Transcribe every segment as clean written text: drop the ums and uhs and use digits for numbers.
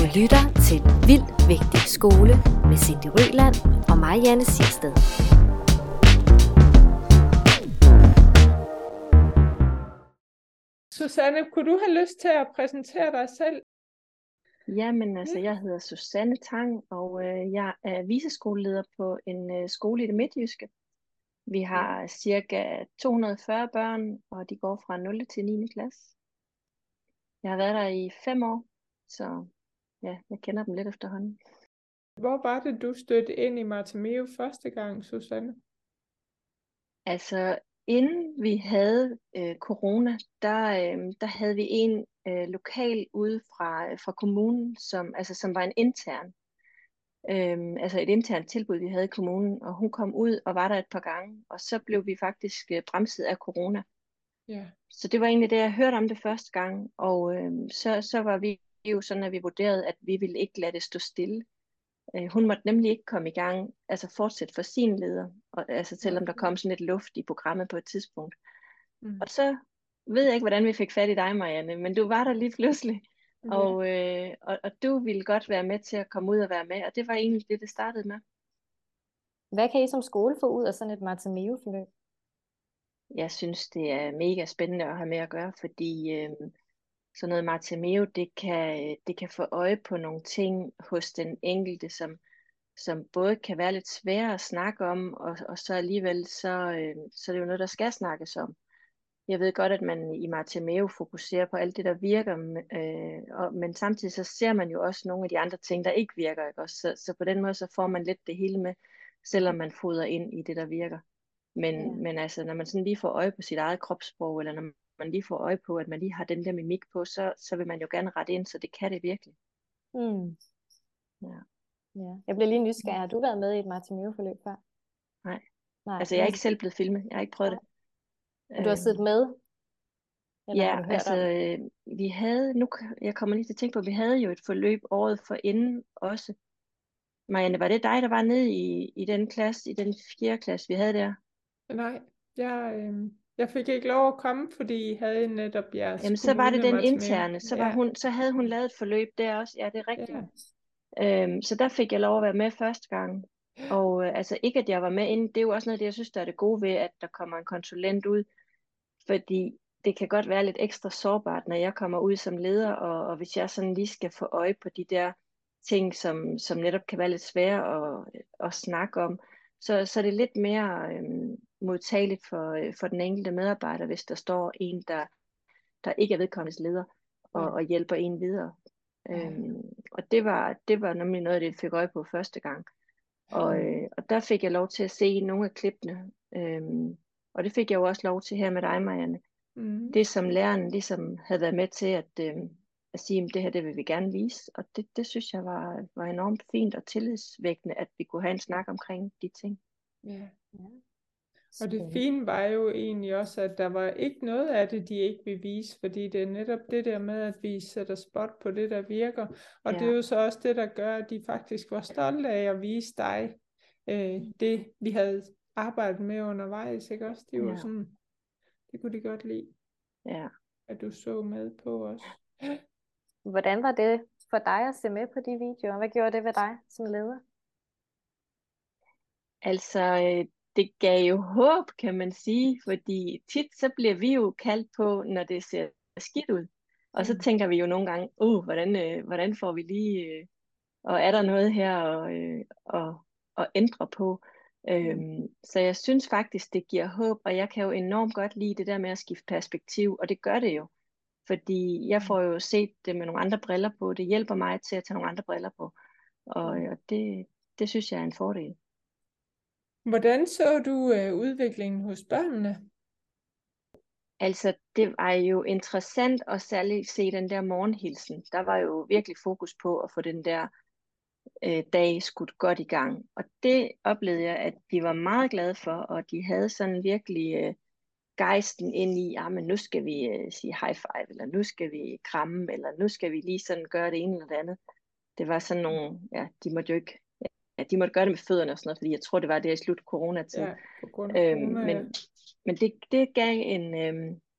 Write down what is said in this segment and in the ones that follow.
lytter til Vild Vægtig Skole med Cindy Røland og mig, Janne Sirsted. Susanne, kunne du have lyst til at præsentere dig selv? Jamen, jeg hedder Susanne Tang, og jeg er viceskoleleder på en skole i det midtjyske. Vi har cirka 240 børn, og de går fra 0. til 9. klasse. Jeg har været der i 5 år, så ja, jeg kender dem lidt efterhånden. Hvor var det, du stødte ind i Martha Meo første gang, Susanne? Altså, inden vi havde corona, der havde vi en lokal ude fra kommunen, som var en intern. Altså et internt tilbud, vi havde i kommunen, og hun kom ud og var der et par gange, og så blev vi faktisk bremset af corona. Ja. Så det var egentlig det, jeg hørte om det første gang, og så var vi jo sådan, at vi vurderede, at vi ville ikke lade det stå stille. Hun måtte nemlig ikke komme i gang, altså fortsætte for sin leder, og, altså selvom der kom sådan lidt luft i programmet på et tidspunkt. Og så ved jeg ikke, hvordan vi fik fat i dig, Marianne, men du var der lige pludselig, og du ville godt være med til at komme ud og være med, og det var egentlig det startede med. Hvad kan I som skole få ud af sådan et Martha Meo-forløb? Jeg synes, det er mega spændende at have med at gøre, fordi sådan noget Martha Meo, det kan få øje på nogle ting hos den enkelte, som både kan være lidt svære at snakke om, og så alligevel, så er det jo noget, der skal snakkes om. Jeg ved godt, at man i Martha Meo fokuserer på alt det, der virker, men samtidig så ser man jo også nogle af de andre ting, der ikke virker. Ikke? Så på den måde, så får man lidt det hele med, selvom man fodrer ind i det, der virker. Men altså, når man sådan lige får øje på sit eget kropssprog, eller når man lige får øje på, at man lige har den der mimik på, så vil man jo gerne rette ind, så det kan det virkelig. Ja. Jeg bliver lige nysgerrig. Har du været med i et Martha Meo-forløb før? Nej. Altså, jeg er ikke selv blevet filmet. Jeg har ikke prøvet det. Du har siddet med? Eller Ja, har du hørt altså, om? vi havde, jeg kommer lige til at tænke på, vi havde jo et forløb året forinden også. Marianne, var det dig, der var nede i den klasse, i den 4. klasse, vi havde der? Nej, jeg fik ikke lov at komme, fordi I havde netop jeres Jamen, så var det den Martha Meo. interne, så havde hun lavet et forløb der også, ja, det er rigtigt. Så der fik jeg lov at være med første gang. Og altså ikke, at jeg var med inden, det er jo også noget af det, jeg synes, der er det gode ved, at der kommer en konsulent ud, fordi det kan godt være lidt ekstra sårbart, når jeg kommer ud som leder, og hvis jeg sådan lige skal få øje på de der ting, som netop kan være lidt svære at snakke om, så er det lidt mere modtageligt for den enkelte medarbejder, hvis der står en, der ikke er vedkommendes leder, og hjælper en videre. Og det var nemlig noget af det, jeg fik øje på første gang. Og der fik jeg lov til at se nogle af klippene, og det fik jeg jo også lov til her med dig, Marianne. Det som læreren ligesom havde været med til at sige, at det her, det vil vi gerne vise, og det synes jeg var enormt fint og tillidsvækkende, at vi kunne have en snak omkring de ting. Ja. Og det fine var jo egentlig også, at der var ikke noget af det, de ikke vil vise, fordi det er netop det der med, at vi sætter spot på det, der virker. Og det er jo så også det, der gør, at de faktisk var stolte af at vise dig det, vi havde arbejdet med undervejs, ikke også? Det var sådan, det kunne de godt lide, at du så med på os. Hvordan var det for dig at se med på de videoer? Hvad gjorde det ved dig som leder? Altså, det gav jo håb, kan man sige, fordi tit så bliver vi jo kaldt på, når det ser skidt ud. Og så tænker vi jo nogle gange, hvordan får vi lige, og er der noget her at ændre på? Så jeg synes faktisk, det giver håb, og jeg kan jo enormt godt lide det der med at skifte perspektiv, og det gør det jo. Fordi jeg får jo set det med nogle andre briller på, det hjælper mig til at tage nogle andre briller på, og det synes jeg er en fordel. Hvordan så du udviklingen hos børnene? Altså, det var jo interessant at særligt se den der morgenhilsen. Der var jo virkelig fokus på at få den der dag skudt godt i gang. Og det oplevede jeg, at de var meget glade for, og de havde sådan virkelig gejsten ind i, men nu skal vi sige high five, eller nu skal vi kramme, eller nu skal vi lige sådan gøre det ene eller det andet. Det var sådan nogle, de måtte jo ikke, de måtte gøre det med fødderne og sådan noget, fordi jeg tror, det var det i slut coronatid. Ja, på grund af corona, men det gav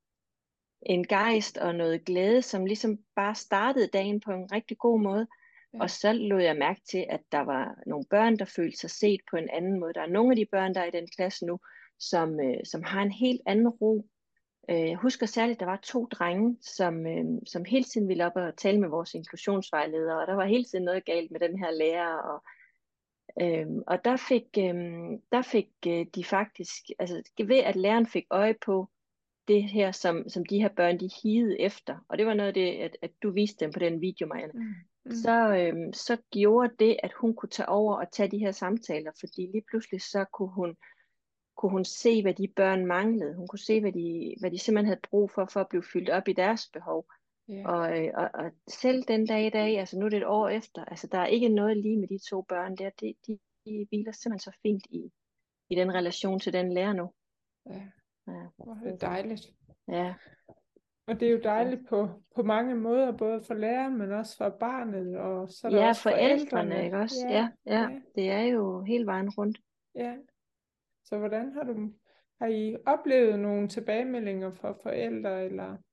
en gejst og noget glæde, som ligesom bare startede dagen på en rigtig god måde. Og så lod jeg mærke til, at der var nogle børn, der følte sig set på en anden måde. Der er nogle af de børn, der er i den klasse nu, som har en helt anden ro. Jeg husker særligt, at der var 2 drenge, som hele tiden ville op og tale med vores inklusionsvejleder, og der var hele tiden noget galt med den her lærer. Og der fik de faktisk, altså ved at læreren fik øje på det her, som de her børn, de higede efter, og det var noget af det, at du viste dem på den video, Marianne, så gjorde det, at hun kunne tage over og tage de her samtaler, fordi lige pludselig så kunne hun se, hvad de børn manglede. Hun kunne se, hvad de simpelthen havde brug for at blive fyldt op i deres behov. Og selv den dag i dag, altså nu er det et år efter, altså der er ikke noget lige med de 2 børn der, de hviler simpelthen så fint i den relation til den lærer nu. Hvor er det dejligt. Ja. Og det er jo dejligt på mange måder, både for læreren, men også for barnet, og så er der også forældrene, ikke også? Ja. Det er jo hele vejen rundt. Ja. Så hvordan har I oplevet nogle tilbagemeldinger fra forældre,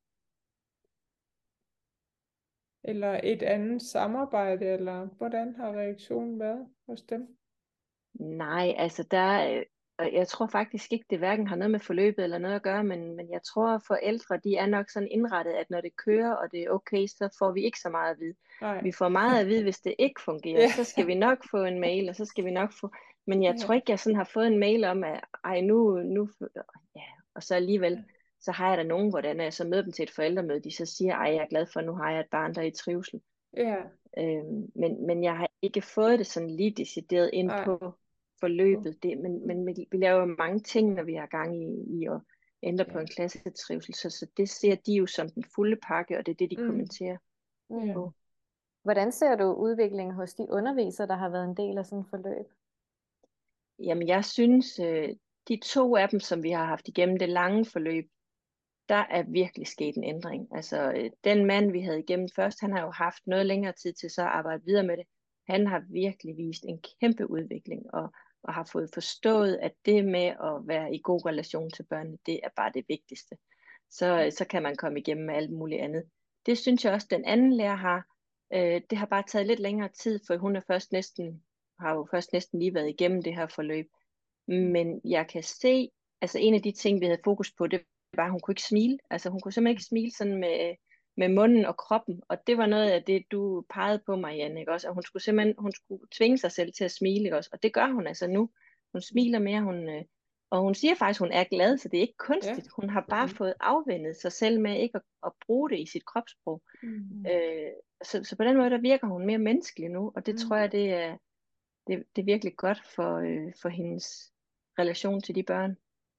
eller et andet samarbejde, eller hvordan har reaktionen været hos dem? Nej, altså jeg tror faktisk ikke, det hverken har noget med forløbet eller noget at gøre, men jeg tror, at forældre, de er nok sådan indrettet, at når det kører, og det er okay, så får vi ikke så meget at vide. Nej. Vi får meget at vide, hvis det ikke fungerer, så skal vi nok få en mail, og så skal vi nok få... Men jeg tror ikke, jeg sådan har fået en mail om, at nu og så alligevel, så har jeg da nogen, hvor jeg så møder dem til et forældremøde, de så siger, jeg er glad for, nu har jeg et barn, der er i trivsel. Men jeg har ikke fået det sådan lige decideret ind på forløbet. Men vi laver jo mange ting, når vi har gang i at ændre på en klassetrivsel, så det ser de jo som den fulde pakke, og det er det, de kommenterer på. Hvordan ser du udviklingen hos de undervisere, der har været en del af sådan et forløb? Jamen, jeg synes, de 2 af dem, som vi har haft igennem det lange forløb, der er virkelig sket en ændring. Altså, den mand, vi havde igennem først, han har jo haft noget længere tid til så at arbejde videre med det. Han har virkelig vist en kæmpe udvikling, og har fået forstået, at det med at være i god relation til børnene, det er bare det vigtigste. Så kan man komme igennem med alt muligt andet. Det synes jeg også, den anden lærer har. Det har bare taget lidt længere tid, for hun har jo først næsten lige været igennem det her forløb. Men jeg kan se, altså en af de ting, vi havde fokus på, det var, at hun kunne ikke smile. Altså hun kunne simpelthen ikke smile sådan med munden og kroppen. Og det var noget af det, du pegede på, Marianne, ikke også? Og hun skulle tvinge sig selv til at smile, ikke også? Og det gør hun altså nu. Hun smiler mere, og hun siger faktisk, hun er glad, så det er ikke kunstigt. Hun har bare fået afvendet sig selv med ikke at bruge det i sit kropssprog. Så på den måde, der virker hun mere menneskelig nu, og det tror jeg, det er virkelig godt for hendes relation til de børn.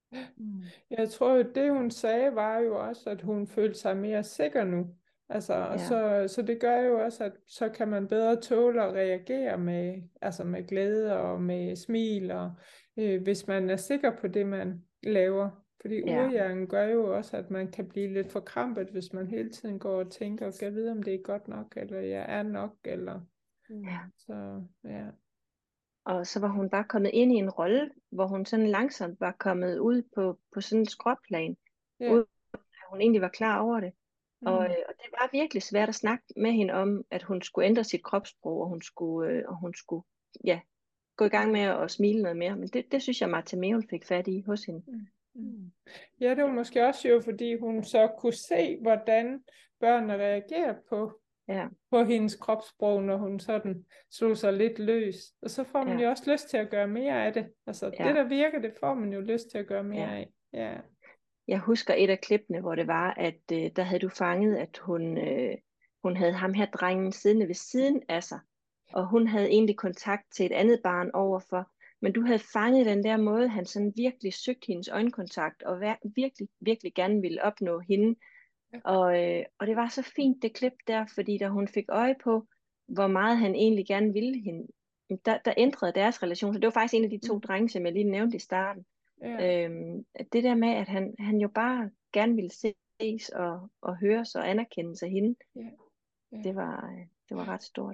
Jeg tror jo, det hun sagde var jo også, at hun følte sig mere sikker nu. Altså, så det gør jo også, at så kan man bedre tåle at reagere med glæde og med smil, og hvis man er sikker på det, man laver. Fordi urhjernen gør jo også, at man kan blive lidt forkrampet, hvis man hele tiden går og tænker, og kan vide, om det er godt nok, eller jeg er nok, eller... Så, Og så var hun bare kommet ind i en rolle, hvor hun sådan langsomt var kommet ud på sådan en skråplan, uden at hun egentlig var klar over det. Og det var virkelig svært at snakke med hende om, at hun skulle ændre sit kropssprog, og hun skulle gå i gang med at smile noget mere. Men det synes jeg, Martha Meul fik fat i hos hende. Ja, det var måske også jo, fordi hun så kunne se, hvordan børnene reagerer på hendes kropssprog, når hun sådan slog sig lidt løs. Og så får man jo også lyst til at gøre mere af det. Altså det, der virker, det får man jo lyst til at gøre mere af. Ja. Jeg husker et af klippene, hvor det var, at der havde du fanget, at hun havde ham her drengen siddende ved siden af sig, og hun havde egentlig kontakt til et andet barn overfor, men du havde fanget den der måde, han sådan virkelig søgte hendes øjenkontakt, og virkelig, virkelig gerne ville opnå hende. Og det var så fint, det klip der, fordi da hun fik øje på, hvor meget han egentlig gerne ville hende, der ændrede deres relation. Så det var faktisk en af de 2 drenge, som jeg lige nævnte i starten. Det der med, at han jo bare gerne ville ses og høres og anerkendes af hende, det var ret stort.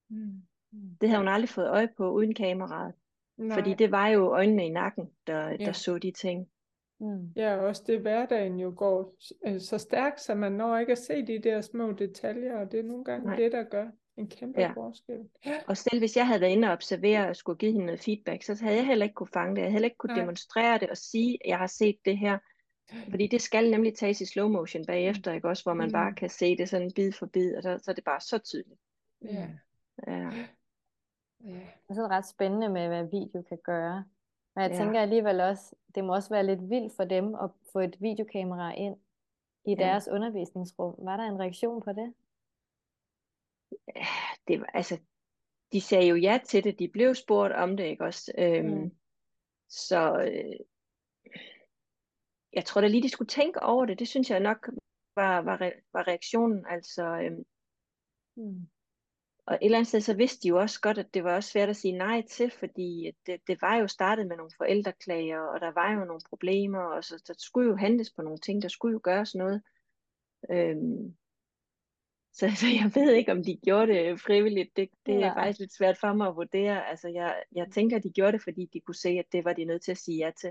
Det havde hun aldrig fået øje på uden kameraet. Fordi det var jo øjnene i nakken, der så de ting. Ja, også det hverdagen jo går så stærkt, så man når ikke at se de der små detaljer, og det er nogle gange det, der gør en kæmpe Ja. forskel. Ja. Og selv hvis jeg havde været inde og observere og skulle give hende noget feedback, så havde jeg heller ikke kunne fange det. Jeg havde heller ikke kunne Nej. demonstrere det og sige, at jeg har set det her. Fordi det skal nemlig tages i slow motion bagefter, ikke også? Hvor man bare kan se det sådan bid for bid, og så er det bare så tydeligt. Ja. Ja. Det er sådan ret spændende med, hvad video kan gøre. Men jeg Ja. tænker alligevel også, det må også være lidt vildt for dem at få et videokamera ind i deres undervisningsrum. Var der en reaktion på det? Det var, altså, de sagde jo ja til det, de blev spurgt om det, ikke også? Så jeg tror da lige, de skulle tænke over det. Det synes jeg nok var reaktionen. Altså, og et eller andet sted, så vidste de jo også godt, at det var også svært at sige nej til, fordi det var jo startet med nogle forældreklager, og der var jo nogle problemer, og så der skulle jo handles på nogle ting, der skulle jo gøres noget. Så jeg ved ikke, om de gjorde det frivilligt. Det er faktisk lidt svært for mig at vurdere. Altså, jeg tænker, de gjorde det, fordi de kunne se, at det var de nødt til at sige ja til.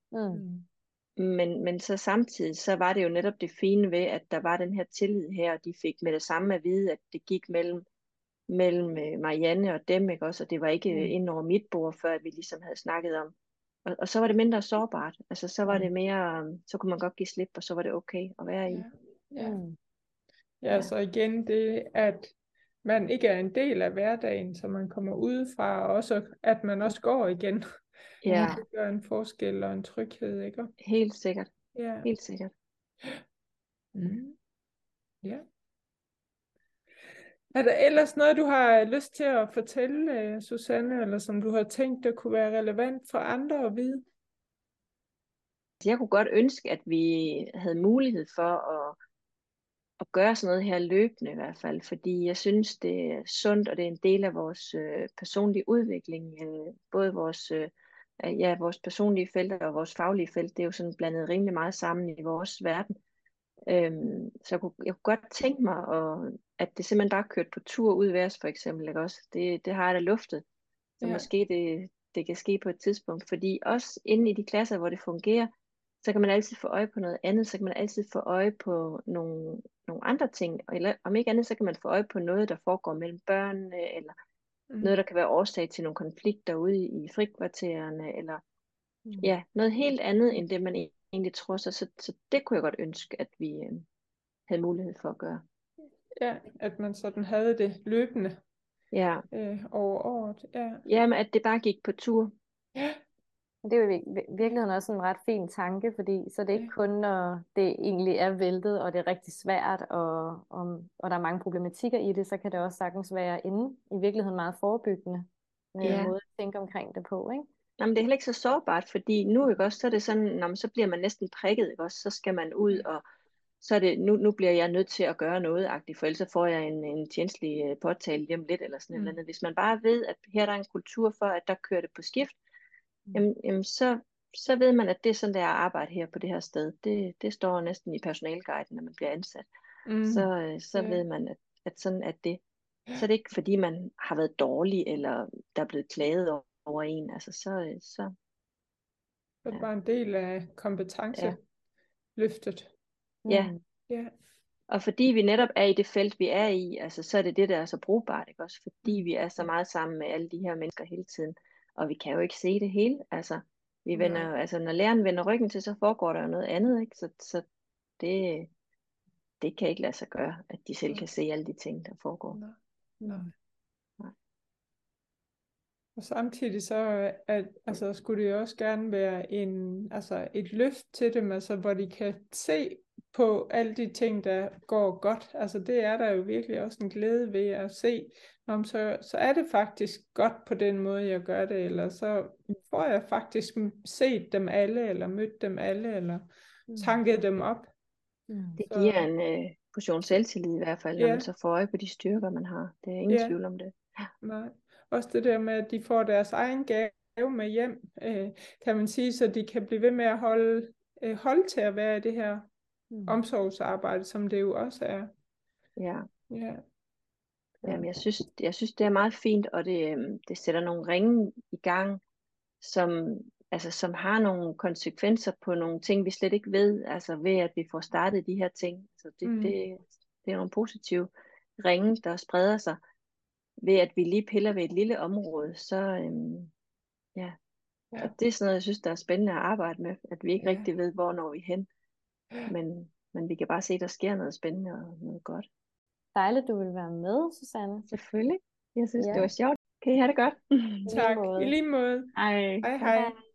Men så samtidig, så var det jo netop det fine ved, at der var den her tillid her, og de fik med det samme at vide, at det gik mellem Marianne og dem, ikke også? Og det var ikke ind over mit bord, før vi ligesom havde snakket om. Og så var det mindre sårbart. Altså, så var det mere, så kunne man godt give slip, og så var det okay at være i. Ja, så igen det, at man ikke er en del af hverdagen, så man kommer udefra, og også, at man også går igen. Ja. Det gør en forskel og en tryghed, ikke? Helt sikkert. Ja. Helt sikkert. Ja. Er der ellers noget, du har lyst til at fortælle, Susanne, eller som du har tænkt, der kunne være relevant for andre at vide? Jeg kunne godt ønske, at vi havde mulighed for at gøre sådan noget her løbende i hvert fald, fordi jeg synes, det er sundt, og det er en del af vores personlige udvikling. Både vores personlige felt og vores faglige felt, det er jo sådan blandet rimelig meget sammen i vores verden. Så jeg kunne godt tænke mig, at det simpelthen bare kørte på tur ud ved os, for eksempel. Ikke også? Det har jeg da luftet. Så måske det kan ske på et tidspunkt. Fordi også inde i de klasser, hvor det fungerer, så kan man altid få øje på noget andet. Så kan man altid få øje på nogle andre ting. Eller om ikke andet, så kan man få øje på noget, der foregår mellem børnene, eller noget, der kan være årsag til nogle konflikter ude i frikvartererne, eller noget helt andet, end det man egentlig tror. Så det kunne jeg godt ønske, at vi havde mulighed for at gøre. Ja, at man sådan havde det løbende over året. Ja, men at det bare gik på tur. Ja. Det er jo i virkeligheden også en ret fin tanke, fordi så det er ikke kun, når det egentlig er væltet, og det er rigtig svært, og der er mange problematikker i det, så kan det også sagtens være inde i virkeligheden meget forebyggende måde at tænke omkring det på, ikke? Jamen, det er heller ikke så sårbart, fordi nu, ikke også, så er det sådan, så bliver man næsten prikket, ikke også, så skal man ud, og så er det, nu bliver jeg nødt til at gøre noget-agtigt, for ellers så får jeg en tjenestelig påtale hjem lidt, eller sådan et eller andet. Hvis man bare ved, at her der er en kultur for, at der kører det på skift, jamen så ved man, at det er sådan, der er arbejde her på det her sted. Det står næsten i personalguiden, når man bliver ansat. Så ved man, at sådan er det. Så er det ikke, fordi man har været dårlig, eller der er blevet klaget over en. Altså, så det var en del af kompetenceløftet. Ja. Og fordi vi netop er i det felt, vi er i, altså, så er det det, der er så brugbart, ikke også? Fordi vi er så meget sammen med alle de her mennesker hele tiden. Og vi kan jo ikke se det hele. Altså, når læreren vender ryggen til, så foregår der jo noget andet, ikke? Så det kan ikke lade sig gøre, at de selv kan se alle de ting, der foregår. Nej. Og samtidig så skulle det jo også gerne være et løft til dem, altså, hvor de kan se på alle de ting, der går godt. Altså det er der jo virkelig også en glæde ved at se, så er det faktisk godt på den måde, jeg gør det, eller så får jeg faktisk set dem alle, eller mødt dem alle, eller tanket dem op. Det giver en portion selvtillid i hvert fald, når man så får øje på de styrker, man har. Det er ingen tvivl om det. Nej. Også det der med, at de får deres egen gave med hjem, kan man sige, så de kan blive ved med at holde til at være i det her omsorgsarbejde, som det jo også er. Jamen, jeg synes, det er meget fint, og det sætter nogle ringe i gang, som har nogle konsekvenser på nogle ting, vi slet ikke ved, altså ved at vi får startet de her ting. Så det er nogle positive ringe, der spreder sig. ved at vi lige piller ved et lille område, så ja. Og det er sådan noget, jeg synes, der er spændende at arbejde med, at vi ikke rigtig ved, hvor når vi hen. Men vi kan bare se, at der sker noget spændende og noget godt. Dejligt, du vil være med, Susanne. Selvfølgelig. Jeg synes, det var sjovt. Kan I have det godt? Tak. I lige måde. Hej. Hej hej.